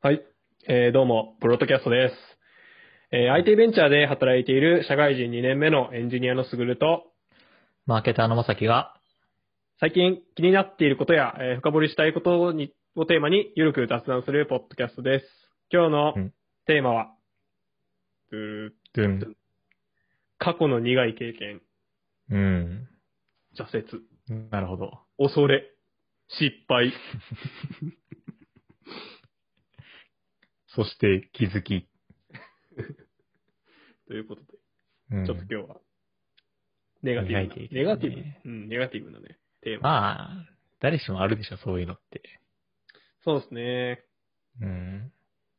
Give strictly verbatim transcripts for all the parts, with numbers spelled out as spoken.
はい。えーどうも、プロトキャストです。えー アイティー ベンチャーで働いている社会人にねんめのエンジニアのすぐると、 マーケターのまさきが、 最近気になっていることや、えー深掘りしたいことにをテーマにゆるく雑談するポッドキャストです。今日のうん、 テーマは、うードゥン、 過去の苦い経験、 うん、 挫折、 なるほど。 恐れ、失敗。 そして気づき。 ということで、 うん。 ちょっと今日は、ネガティブな、 苦い経験ねネガティブ、うん、ネガティブなね、テーマ。 まあ、誰しもあるでしょ、そういうのって。 そうですね。 うん。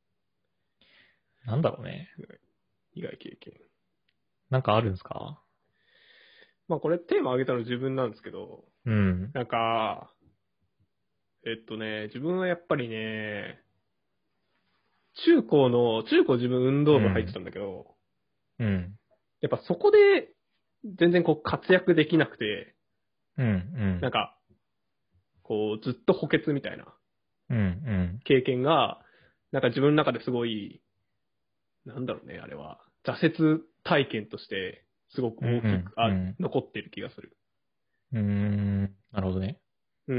なんだろうね。 苦い経験。 なんかあるんですか？ まあこれテーマ上げたの自分なんですけど、 うん。 なんか、えっとね、自分はやっぱりね、中高の、中高自分運動部入ってたんだけど、 うん。 やっぱそこで全然こう活躍できなくて、 うん。うん。 なんか、こうずっと補欠みたいなうん。うん。 経験が、なんか自分の中ですごい、なんだろうね、あれは、挫折体験としてすごくうん。 大きく、あ、 うん。 残ってる気がする。 うん。なるほどね。 うん。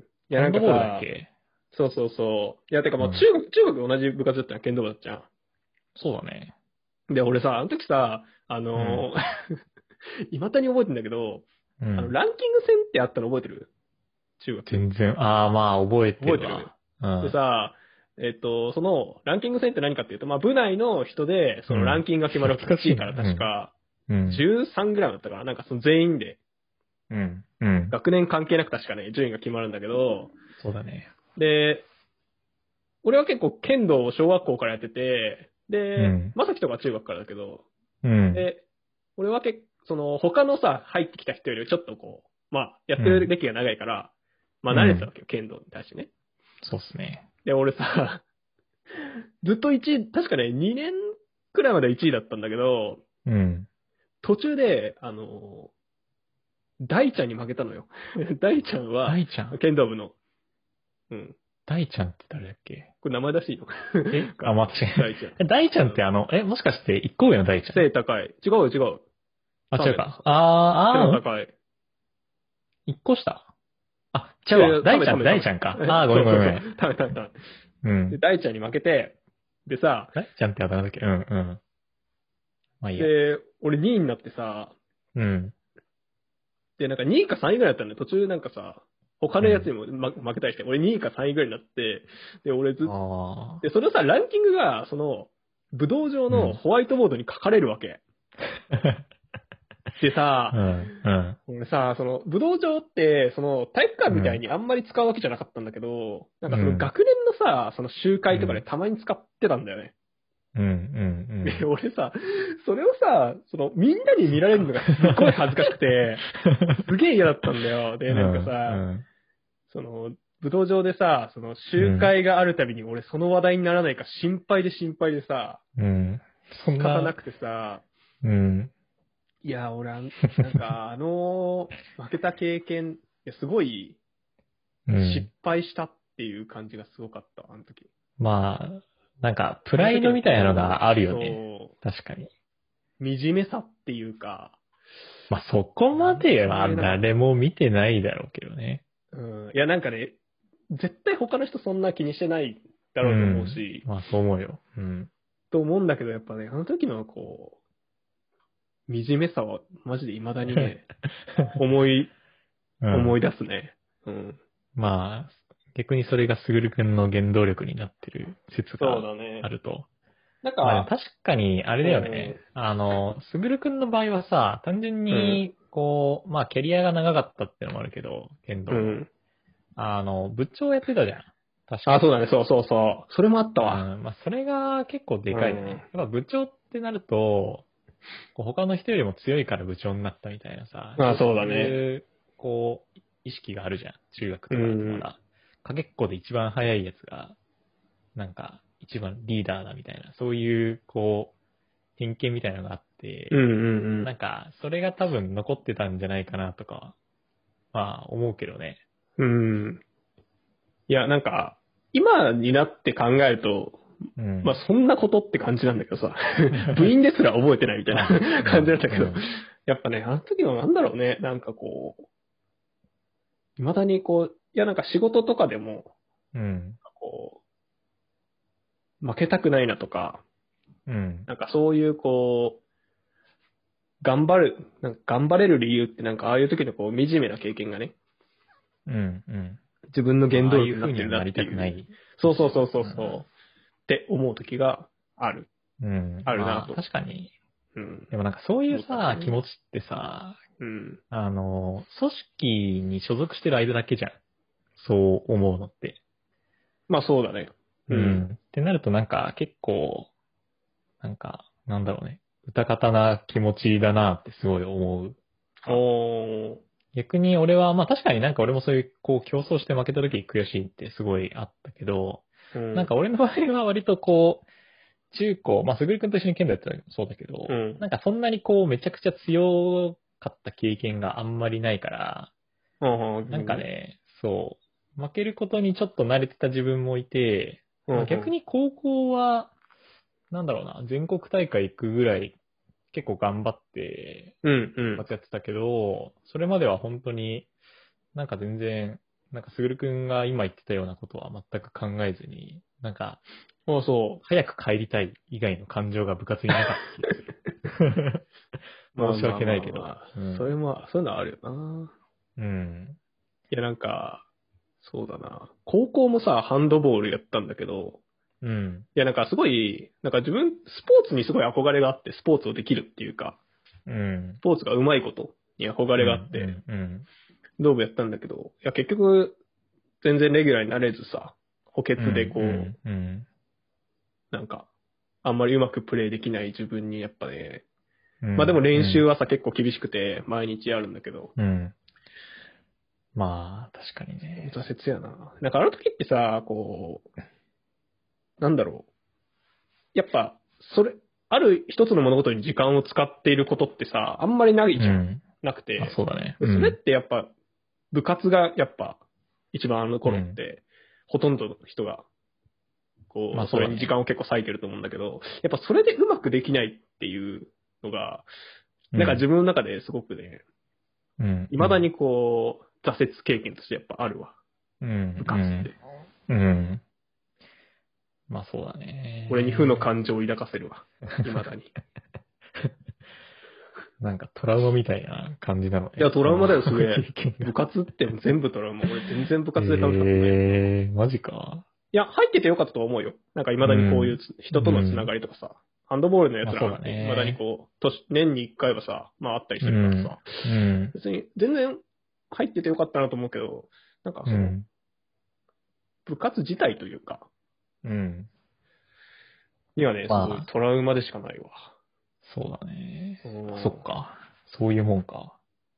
いやなんハンドボールだっかさ、 け？ そうそうそう。いやてかもう中うん。 学、中学同じ部活だったの剣道部だったじゃん。 そうだね。 で、俺さ、あの時さ、あうん。 のー、いまだに覚えてんだけど、あの、 うん。 ランキング戦ってあったの覚えてる？中学。 全然、ああ、まあ、覚えて覚えてる？ るわ。うん。 でさ、えっと、その、ランキング戦って何かっていうと、まあ、部内の人で、そのランうん。 キングが決まるわけ。1 懐かしいな。 位からうん。 確か、 うん。 じゅうさんぐらいだったかな。なんかその全員で、 うん。うん。 学年関係なく確かね、順位が決まるんだけど、 そうだね。 で、俺は結構剣道を小学校からやってて、で、 うん。 まさきとか中学からだけど、 うん。 で、俺は結その、他のさ、入ってきた人よりちょっとこう、まあ、やってうん。 る歴が長いから、まあ、慣れてたうん。 わけよ、剣道に対してね。 そうっすね。 で、俺さ、ずっといちい、確かね、にねんくらいまでいちいだったんだけど、 うん。 途中で、あの、大ちゃんに負けたのよ。大ちゃんは、 大ちゃん剣道部の、うん。 大ちゃんって誰だっけ？ これ名前出していいのかえあ、まあ、確か大ちゃん。 に。え大ちゃんっうん。 てあの、え、もしかして一個上の大ちゃん？ 背高い。違うよ違う。 あ、 3 違うか。 名のさ、背あー、あー、んの高い。 一個下。あ、違うわ。 いやいや、ため大ちゃん、 ためため。 大ちゃんか。 えあー、ごめんごめんごめん。 そうそうそう。ためためため。で、 うん。 大ちゃんに負けて、でさ、 大ちゃんってあだ名だっけ？うん、うん。まあいいや。 で、俺にいになってさ、 うん。 で、なんかにいかさんいぐらいだったんだよ。途中なんかさ、他うん。 のやつにも、ま、負けたりして、俺にいかさんいぐらいになって、で、俺ずっあで、それをさ、ランキングが、その、武道場ー。うん。 のホワイトボードに書かれるわけ。でさ、 うん、うん。 俺さ、その、武道場って、その、体育館みたいうん。 にあんまり使うわけじゃなかったんだけど、なんかそのうん。 学年のさ、その集会とかでうん。 たまに使ってたんだよね。 うん。うん。 で、俺さ、それをさ、その、みんなに見られるのがすっごい恥ずかしくて、すげえ嫌だったんだよ。で、なんかうん。うさ、 ん。 その、武道場でさ、その集うん。 会があるたびに俺その話題にならないか心配で心配でさ、 うん。そ仕んな、 方なくてさ、 うん。 いや、俺あん、なんかあの、負けた経験、いや、すごい失うん。 敗したっていう感じがすごかった、あの時。 まあ、なんか、プあの時のライドみたいなのこがあるう、 よね。 そ確かに。 う、惨めさっていうか、 まあ、そこまなんではとも言えなかった。 誰も見てないだろうけどね。 うん。いや、なんかね、絶対他の人そんな気にしてないだうろうと思うん。 し、 まあ、そう思うよ。うん。 と思うんだけど、やっぱね、あの時のこう、惨めさは、マジで未だにね、思い、思いうん。 出すね。うん。 まあ、逆にそれがすぐるくんの原動力になってる説そうがだね。 あると。 なんか、 まあでも確かに、あれだよね。 うん、 あの、すぐるくんの場合はさ、単純うん、 に、こう、まあキャリアが長かったっていうのもあるけど、剣道の。 うん。 あの、部長やってたじゃん。確あ、そうか。 だね、そうそうそう。それもあったわ。 うん、まあそれが結構でうん。 かいよね。やっぱ部長ってなると、こう他の人よりも強いから部長になったみたいなさ、 あ、 そうそうだね。 いう、こう、意識があるじゃん。中学うとかだとまん。 だ。かけっこで一番速いやつが、なんか、一番リーダーだみたいな、そういう、こう、偏見みたいなのがあっうんて、 うんうん。 なんか、それが多分残ってたんじゃないかなとか、まあ、思うけどね。 うん。いや、なんか、今になって考えると、 うん。 まあそんなことって感じなんだけどさ、部員ですら覚えてないみたいな感じだったけど、 うんやっぱね、あの時はなんだろうね、なんかこう、未だにこう、いやなんか仕事とかでも、 うん。 こう、負けたくないなとか、 うん。 なんかそういうこう、頑張る、なんか頑張れる理由ってなんかああいう時のこう惨めな経験がね、 うん。うん。 自分のまあ、ああ原動いう風に力になってるなはなりたくっていう、 ないそうですよ。 そうそうそうそう、って思う時がある、 うん。うん。まあ、 あるなと、 確かに。 うん、 でもなんかそういう思ったんだよさ、気ね。 持ちってさ、 うん。 あの、組織に所属してる間だけじゃん。そう思うのって。 まあそうだね。うん。 うん。ってなるとなんか結構、なんか、なんだろうね。歌方な気持ちだなってすごい思うか。 おー。 逆に俺は、まあ確かになんか俺もそういう、こう競争して負けた時悔しいってすごいあったけど、 うん。 なんか俺の場合は割とこう、中高、まあすぐるくんと一緒に剣道やってたのもそうだけど、 うん。 なんかそんなにこうめちゃくちゃ強かった経験があんまりないから、 ああ、 なんか逆に。 ね、そう、負けることにちょっと慣れてた自分もいて、まあ、逆うんうん。 に高校は、なんだろうな、全国大会行くぐらい結構頑張ってうんう部ん。 活やってたけど、それまでは本当になんか全然、なんかすぐるくんが今言ってたようなことは全く考えずに、なんかああ、そ早く帰りたい以外の感情が部活になかった気がする。 う。まあ申しまあまあ訳ないけど。 まあ。 うん。 それも、そういうのはあるよな。 うん。 いや、なんか、そうだな。高校もさ、ハンドボールやったんだけど、 うん。 いや、なんかすごい、なんか自分、スポーツにすごい憧れがあって、スポーツをできるっていうか、 うん。 スポーツが上手いことに憧うん。 れがあって、 うん。うん。 道部やったんだけど、いや、結局、全然レギュラーになれずさ、補欠うん。 でこうん。うん。 う、なんか、あんまりうまくプレイできない自分にやっぱね、まあでもうん。う練習ん。 はさ結構厳しくて、毎日やるんだけど、 うん。まあ、確かにね。 挫折やな。なんかあの時ってさ、こう、なんだろう。やっぱ、それ、ある一つの物事に時間を使っていることってさ、あんまりないじゃん。 うん。 なくあ、 て。 そうだね。 でそれっうん。 てやっぱ、部活がやっぱ、一番あのうん。 頃って、ほとんどの人が、こまあう、それに時そうだね。 間を結構割いてると思うんだけど、やっぱそれでうまくできないっていうのが、なんか自うん。 分の中ですごくね、 うん。うん。 未だにこう、挫折経験としてやっぱあるわ。 うん。 部活って。 うん。うん。まあそうだ俺に負のね。 感情を抱かせるわ。未だに。いなんかトラウマみたいな感じなのや、 ね。 トラウマだよ、すげえ。 経験が。 部活って全部トラウマ。俺全然部活で楽しかったない。いえー、マジか。 や、入っててよかったと思うよ。なんか未だにこういううん。 つ人とのつなうん。 がりとかさ、ハンドボールの奴まあそうだらなんて未だにね。 こう、年、年に一回はさ、まああったりうするからん。 さ、 うん。 別に全然入っててよかったなと思うけど、なんかその、 うん。 部活自体というか、 うん。 にはね、すごいまあ、 トラウマでしかないわ。 そうだね。 うん。 そっか。そういうもんか。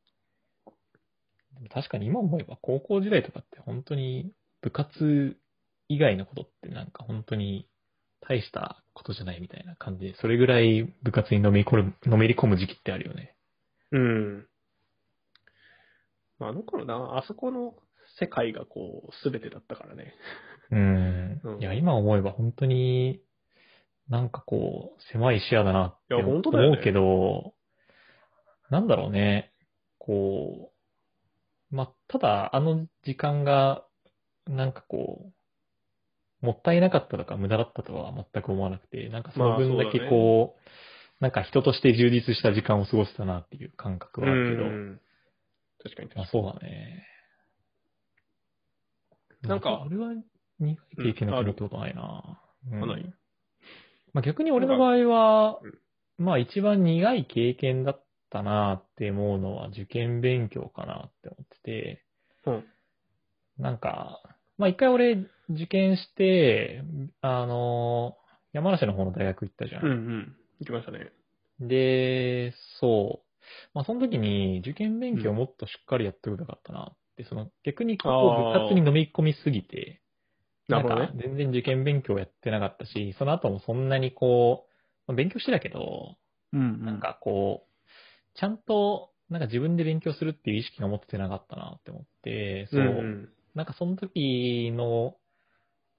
でも確かに今思えば高校時代とかって本当に部活以外のことってなんか本当に大したことじゃないみたいな感じで、それぐらい部活に飲み込む、のめり込む時期ってあるよね。 うん。まあ、あの頃な、あそこの世界がこう、すべてだったからね。 うん。 うん。 いや、 い今思えば本当になんかこう、狭い視野だなっや、 て本当だよ思うけね。 ど、なんだろうね。こう、まあ、ただあの時間が、なんかこう、もったいなかったとか無駄だったとは全く思わなくて、なんかそのまあ、 分だけそうだね。 こう、なんか人として充実した時間を過ごせたなっていう感覚うはあるけど、 ん。確かに確かまあそうだね。 に。なんか、 まあ俺は苦いうん、 経験だある。 と思ったことないな。うあ、ない。 ん。まあ逆になんか、 俺の場合は、 うん。 まあ一番苦い経験だったなって思うのは受験勉強かなって思ってて、 うん。 なんか、まあ一回俺受験して、あの、山梨の方の大学行ったじゃうん、うん。 ん。行きましたね。 で、そう。まあその時に受験勉強をうん。 もっとしっかりやっておけばよかったなって、その逆にこう部活にああ、 飲み込みすぎて、なんかなるほどね。 全然受験勉強やってなかったし、その後もそんなにこう、まあ勉強してたけど、 うん、うなんん。 かこう、ちゃんと、なんか自分で勉強するっていう意識が持っててなかったなって思って、 うん、うそん。 う。なんかその時の、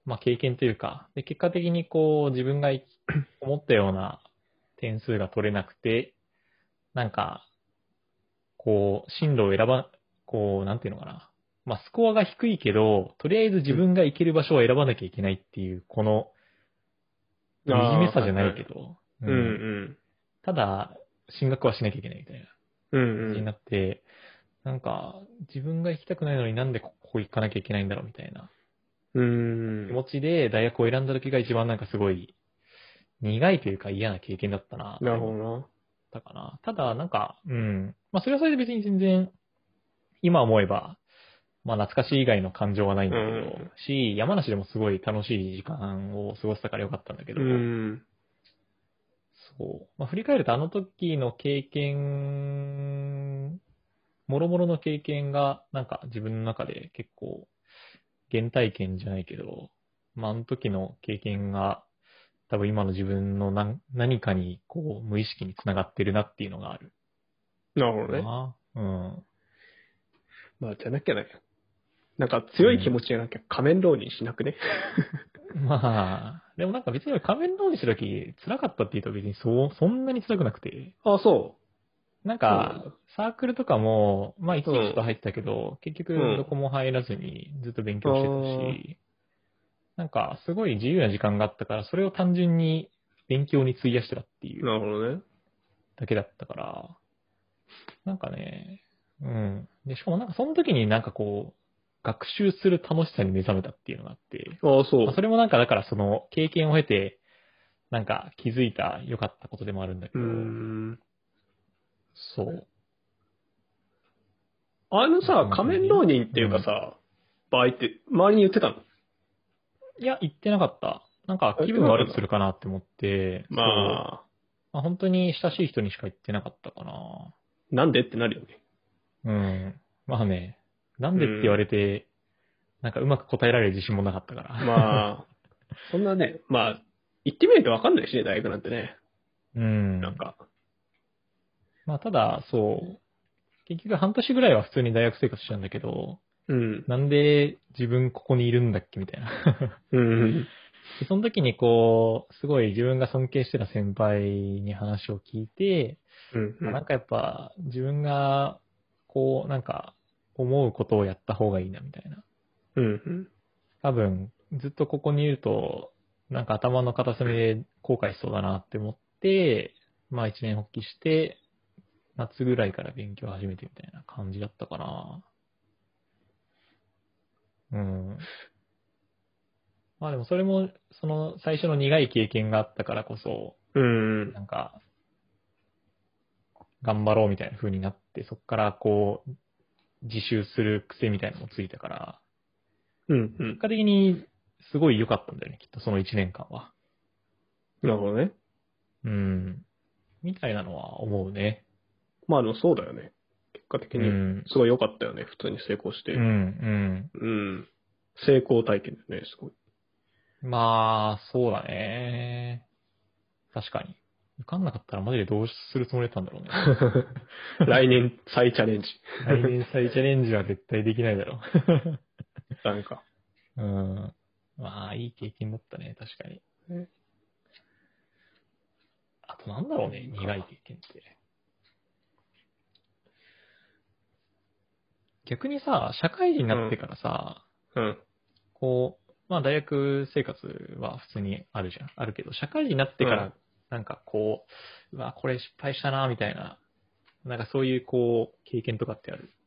まあ経験というか、で、結果的にこう自分がい思ったような点数が取れなくて、なんか、こう、進路を選ば、こう、なんていうのかな。まあスコアが低いけど、とりあえず自分が行ける場所を選ばなきゃいけないっていう、この、 ああ、 惨めさじゃなはいはい。 いけど、ううんうん。 ん。 ただ、進学はしなきゃいけないみたいなうん感じになうん。 って、なんか、自分が行きたくないのになんでここ行かなきゃいけないんだろうみたいなうー気ん。 持ちで大学を選んだ時が一番なんかすごい苦いというか嫌な経験だったなっなるて思っほどな。 たかな。ただ、なんか、うん。まあ、それはそれで別に全然、今思えば、まあ、懐かしい以外の感情はないんうだけど、 ん。 し、山梨でもすごい楽しい時間を過ごせたからよかったんだけうど、 ん。 そう。まあ、振り返るとあの時の経験、もろもろの経験が、なんか自分の中で結構、原体験じゃないけど、まあ、あの時の経験が、多分今の自分の何何かに、こう、無意識につながってるなっていうのがあるなるほどね。 な。うん。 まあ、じゃなきゃね。なんか強い気うん。 持ちじゃなきゃ仮面浪人しなくね。 まあ、でもなんか別に俺仮面ライダーした時辛かったって言うと別にそう、そんなに辛くなくて。 ああ、そなんう。そうなんか、 だ。 サークルとかも、まあ一うん。 時期ちょっと入ってたけど、結局どうん。 こも入らずにずっと勉あ強してたあ、 し、なんかすごい自由な時間があったから、それを単純に勉強に費やしてたっていうなるほどね。 だけだったから、なんかね、うん。で、しかもなんかその時になんかこう、学習する楽しさに目覚めたっていうのがあって、 ああ、 まあ、 そそれもなんかだからその経験を経て、なんか気づいた良かったことでもあるんだう。うーけど、 ん。 そう。 あのさ、 そんな仮感じ。 面浪人っていうかうん。 さ、場合って周りに言ってたの？ いや、言ってなかった。なんかあ言っ気てなかったんだ。 分悪くするかなって思って、そう。 まあ、 まあ、本当に親しい人にしか言ってなかったかな。 なんでってなるよね。 うん。まあね、なんでって言わうん。 れて、なんかうまく答えられる自信もなかったから。 まあ、そんなね、まあ、行ってみないとわかんないしね、大学なんてね。 うん。 なんか。 まあただ、そう。結局半年ぐらいは普通に大学生活したんだけど、 うん。 なんで自分ここにいるんだっけみたいな。 うん。 で、その時にこう、すごい自分が尊敬してた先輩に話を聞いて、 うん。うん。 あなんかやっぱ自分がこう、なんか思うことをやった方がいいなみたいな。 うん。 多分、ずっとここにいると、なんか頭の片隅で後悔しそうだなって思って、まあ一年発起して、夏ぐらいから勉強を始めてみたいな感じだったかな。うん。まあでもそれも、その最初の苦い経験があったからこそ、 うん。 なんか、頑張ろうみたいな風になって、そこからこう、自習する癖みたいなのもついたから、 うん。うん。 結果的にすごい良かったんだよね、きっとその一年間は。 なるほどね。 うん。みたいなのは思うね。 まあでもそうだよね。結果的に、 うん。 すごい良かったよね。普通に成功しうん、 て。 うん。 うん。成功体験だよね、すごい。 まあ、そうだね。確かに。受かんなかったらマジでどうするつもりだったんだろうね。 来年再チャレンジ。 来年再チャレンジは絶対できないだろなんか。 う。うん。まあ、いい経験だったね、確かに。 ねあとなんだろうね、苦い経験って。逆にさ、社会人になってからさ、 うん。 こう、まあ大学生活は普通にあるじゃん。あるけど、社会人になってうん。 から、なんかこう、うわ、これ失敗したな、みたいな、なんかそういうこう、経験とかってある。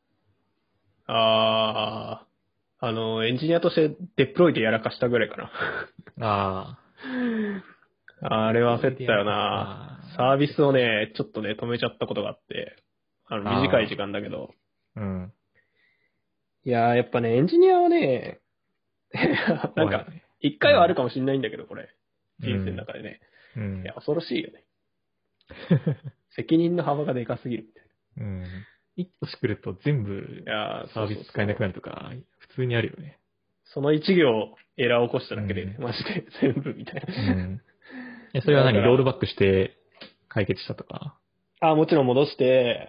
ああ、あの、エンジニアとしてデプロイでやらかしたぐらいかな。 ああ、 あれはプロイ焦ったよでやらかすな。 か。 サービスをね、ちょっとね、止めちゃったことがあって、あの、短い時あ間だけど。 あ、うん。 いやー、やっぱね、エンジニアはね、なんか、 怖いよね。 一回はあるうん。 かもしれないんだけど、これ。人生のうん。 中でね。いや、 うん。 恐ろしいよね。責任の幅がでかすぎるみたいうん。一個しくると全部な。いやー、 サービそうそうそう。 ス使えなくなるとか、普通にあるよね。 その一行エラーを起こしただけで、ね、 うん。 マジで全部みたいうな。 ん。え、それはだから、 何ロールバックして解決したとか？ あ、もちろん戻して、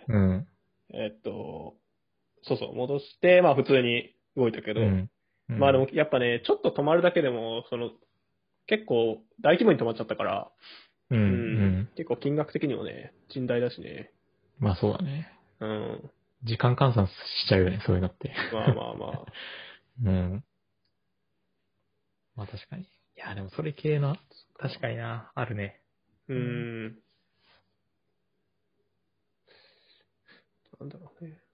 うん。 えっと、そうそう、戻して、まあ普通に動いたけど、 うん。 うん、 まあでもやっぱね、ちょっと止まるだけでも、その、結構大規模に止まっちゃったから、 うん、ううん、 ん。 結構金額的にもね、甚大だしね。 まあそうだね。 うん。 時間換算しちゃうよね、そういうのって。 まあまあまあ。 うん。まあ確かに。いや、でもそれ系の、確かにな、あるね。 うーん。なんだろうね。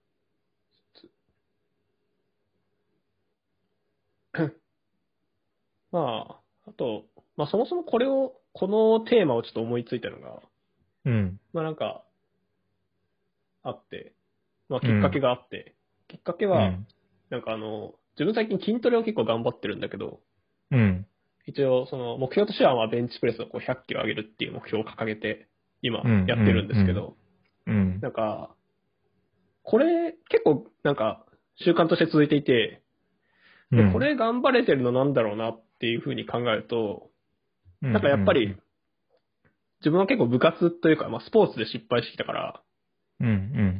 まあ、あと、まあそもそもこれを、このテーマをちょっと思いついたのが、 うん。 まあなんか、あって、まあきっかけうん。 があって、きっかけは、 うん。 なんかあの、自分最近筋トレを結構頑張ってるんだけど、 うん。 一応その目標としてはまあベンチプレスをこうひゃっキロ上げるっていう目標を掲げて、今うん。 やってるんですけど、 うん。 なんか、これ結構なんか習慣として続いていて、で、こうん。 れ頑張れてるのなんだろうなっていうふうに考えると、 うん。 なんかやっぱり自分は結構部活というか、まあスポーツで失敗してきたから、 うん。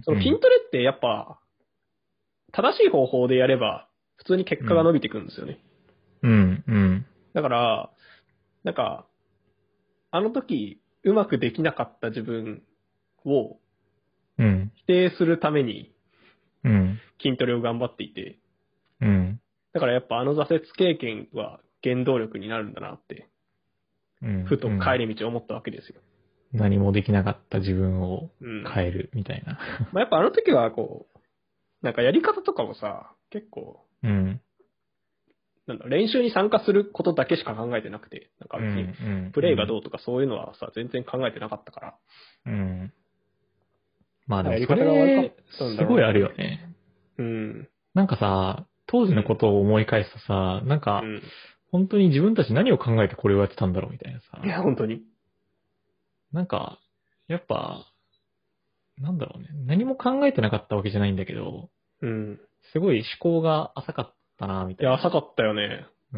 その筋トレってやっぱ正しい方法でやれば普通に結果が伸びてくるんですよね。 うん。うん。 だから、なんか、あの時うまくできなかった自分をうん。 否定するためにうん。 筋トレを頑張っていて、 うん。 だからやっぱあの挫折経験は原動力になるんだなって、 うん。 ふと帰り道思ったわけですよ。 何もできなかった自分をうん。 変えるみたいな。 まあ、やっぱあの時はこう、なんかやり方とかもさ、結構、 うん。 なんだ、練習に参加することだけしか考えてなくて、なんかうん。 別に、 うん。 プレイがどうとかそういうのはさ、全然考えてなかったから、 うん。まあでやりもそ方が悪かっれ、 たんだすごいあるろうなって。 よね。 うん。 なんかさ、当時のことを思い返すとさ、なんか、 うん。 本当に自分たち何を考えてこれをやってたんだろうみたいなさ。 いや、本当に。 なんか、やっぱ、なんだろうね。何も考えてなかったわけじゃないんだけど、 うん。 すごい思考が浅かったな、みいや、 たいな、 浅かったよね。 うん、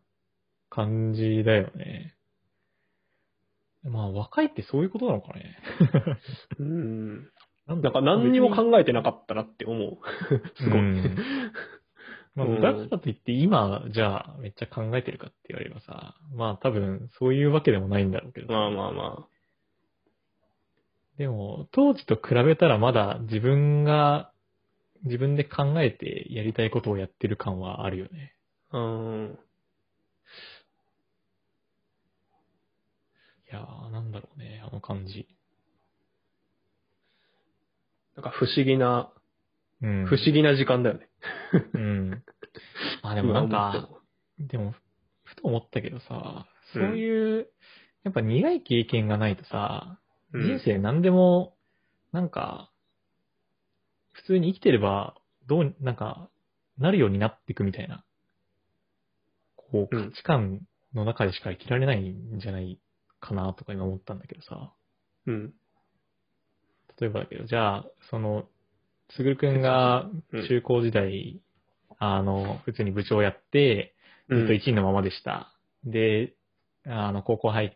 感じだよね。まあ、若いってそういうことなのかね。 うん。 なんだろう。まあ、 なんか何に別に、 も考えてなかったなって思う。 うすごい。 ん。まあ、 うだかん。 らといって今、じゃあ、めっちゃ考えてるかって言われればさ、まあ多分、そういうわけでもないんだろうけどまあさ。 まあまでも、当時と比べたらまだ自分が、自分で考えてやりたいことをやってる感はあるよね。 あ。うん。 いやー、なんだろうね、あの感じ。 なんか不思議な、 うん。 不思議な時間だよね。 うん。まあでも今なんか、 思っても。 でも、ふと思ったけどさ、そううん。 いう、やっぱ苦い経験がないとさ、人うん。 生何でも、なんか、普通に生きてれば、どう、なんか、なるようになっていくみたいな、こう、価うん。 値観の中でしか生きられないんじゃないかなとか今思ったんだけどさ、 うん。 例えばだけど、じゃあ、その、つぐるくん哲学。 がうん。 中高時代、あの、普通に部長やって、ずっとうん。 いちいのままでした。で、あの、高校入って、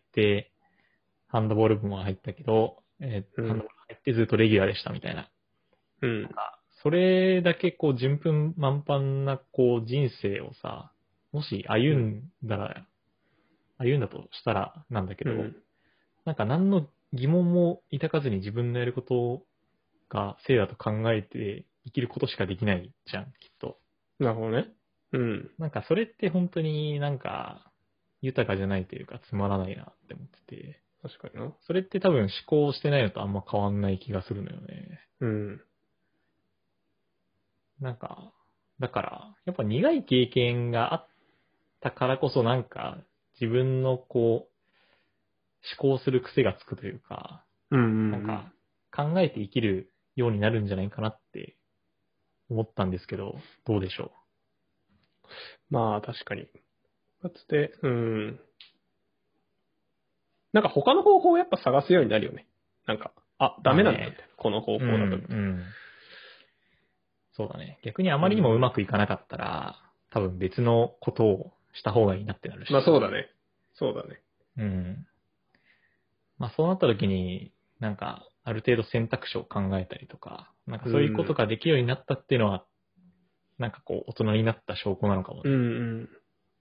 ハンドボール部も入ったけど、えーハンドうん。 ボール入ってずっとレギュラーでしたみたいな。 うん。 それだけこう順風満帆なこう人生をさ、もし歩うん。 んだら、歩んだとしたらなんだけど、 うん。 なんか何の疑問も抱かずに自分のやることが正だと考えて生きることしかできないじゃん、きっと。 なるほどね。うん。 なんかそれって本当になんか豊かじゃないというかつまらないなって思ってて、 確かにな。 それって多分思考してないのとあんま変わんない気がするのよね。 うん。 なんか、だから、やっぱ苦い経験があったからこそなんか自分のこう思考する癖がつくというか、 うん。うん。 なんか考えて生きるようになるんじゃないかなって思ったんですけど、どうでしょまあ、確かに。かつて、うん。なんか他の方法をやっぱ探すようになるよね。なんか、あ、 う。 ダメなんだみまあね、 たいな。この方うん、 法だとみたいうん。そうだね。逆にあまりにもうな。うん。 まくいかなかったら、多分別のことをした方がいいなってなるしまあそうださ。 ね。そうだね。 うん。まあそうなった時に、なんか、ある程度選択肢を考えたりとか、なんかうそういうことん。 ができるようになったっていうのはなんかこう、大人になった証拠なのかもね。 うんうん。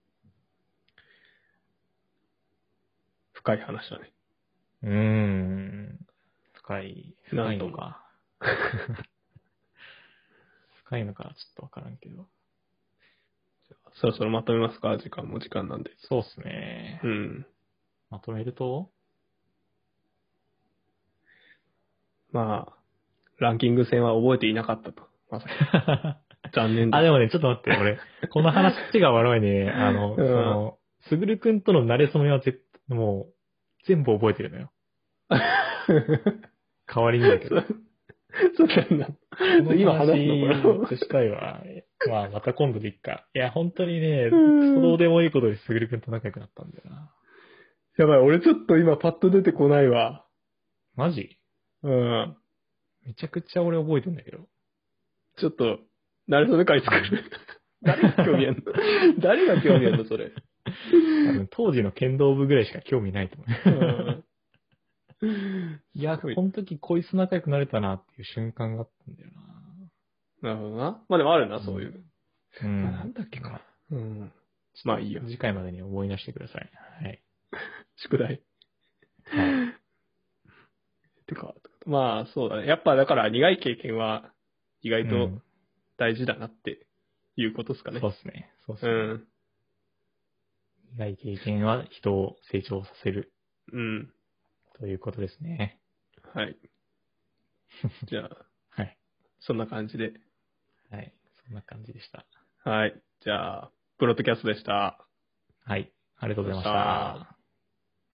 深い話だね。 うーん。深い、深いのなんか。深いのか、ちょっとわからんけど。 そろそろまとめますか？時間も時間なんで。 そうっすね。 うん。 まとめるとまあ、ランキング戦は覚えていなかったと。まさか。残念です。 あ、でもね、ちょっと待って、俺、この話が悪いね、あの、 うんその、すぐるくんとの馴れ初めはぜもう、全部覚えてるのよ。代わりにだけど。 そうなんだ。 この今話すのこれ。 話、めっちゃしたいわ。まあ、また今度でいっか。いや、本当にね、 うんそうでもいいことですぐるくんと仲良くなったんだよな。 やばい、俺ちょっと今パッと出てこないわ。 マジうん。 めちゃくちゃ俺覚えてんだけど。 ちょっと、慣れ初め会作る。誰が興味あるの誰が興味あるのそれ。 多分当時の剣道部ぐらいしか興味ないと思う。 うんいや、この時こいつ仲良くなれたなっていう瞬間があったんだよな。 なるほどな。まあでもあるな、そういう。 うん。 なんだっけか。うん。まあいいよ。 次回までに思い出してください。はい。 宿題。 はい。 てか、まあそうだね。やっぱだから苦い経験は意外とうん大事だなっていうことですかね。 そうですね。そうですうね。 ん。 苦い経験は人を成長させるうん。 ということですね。 はい。じゃあ、 はい。 そんな感じで。 はい。そんな感じでした。 はい。じゃあ、プロトキャストでした。 はい。ありがとうございましありがとうございましたた。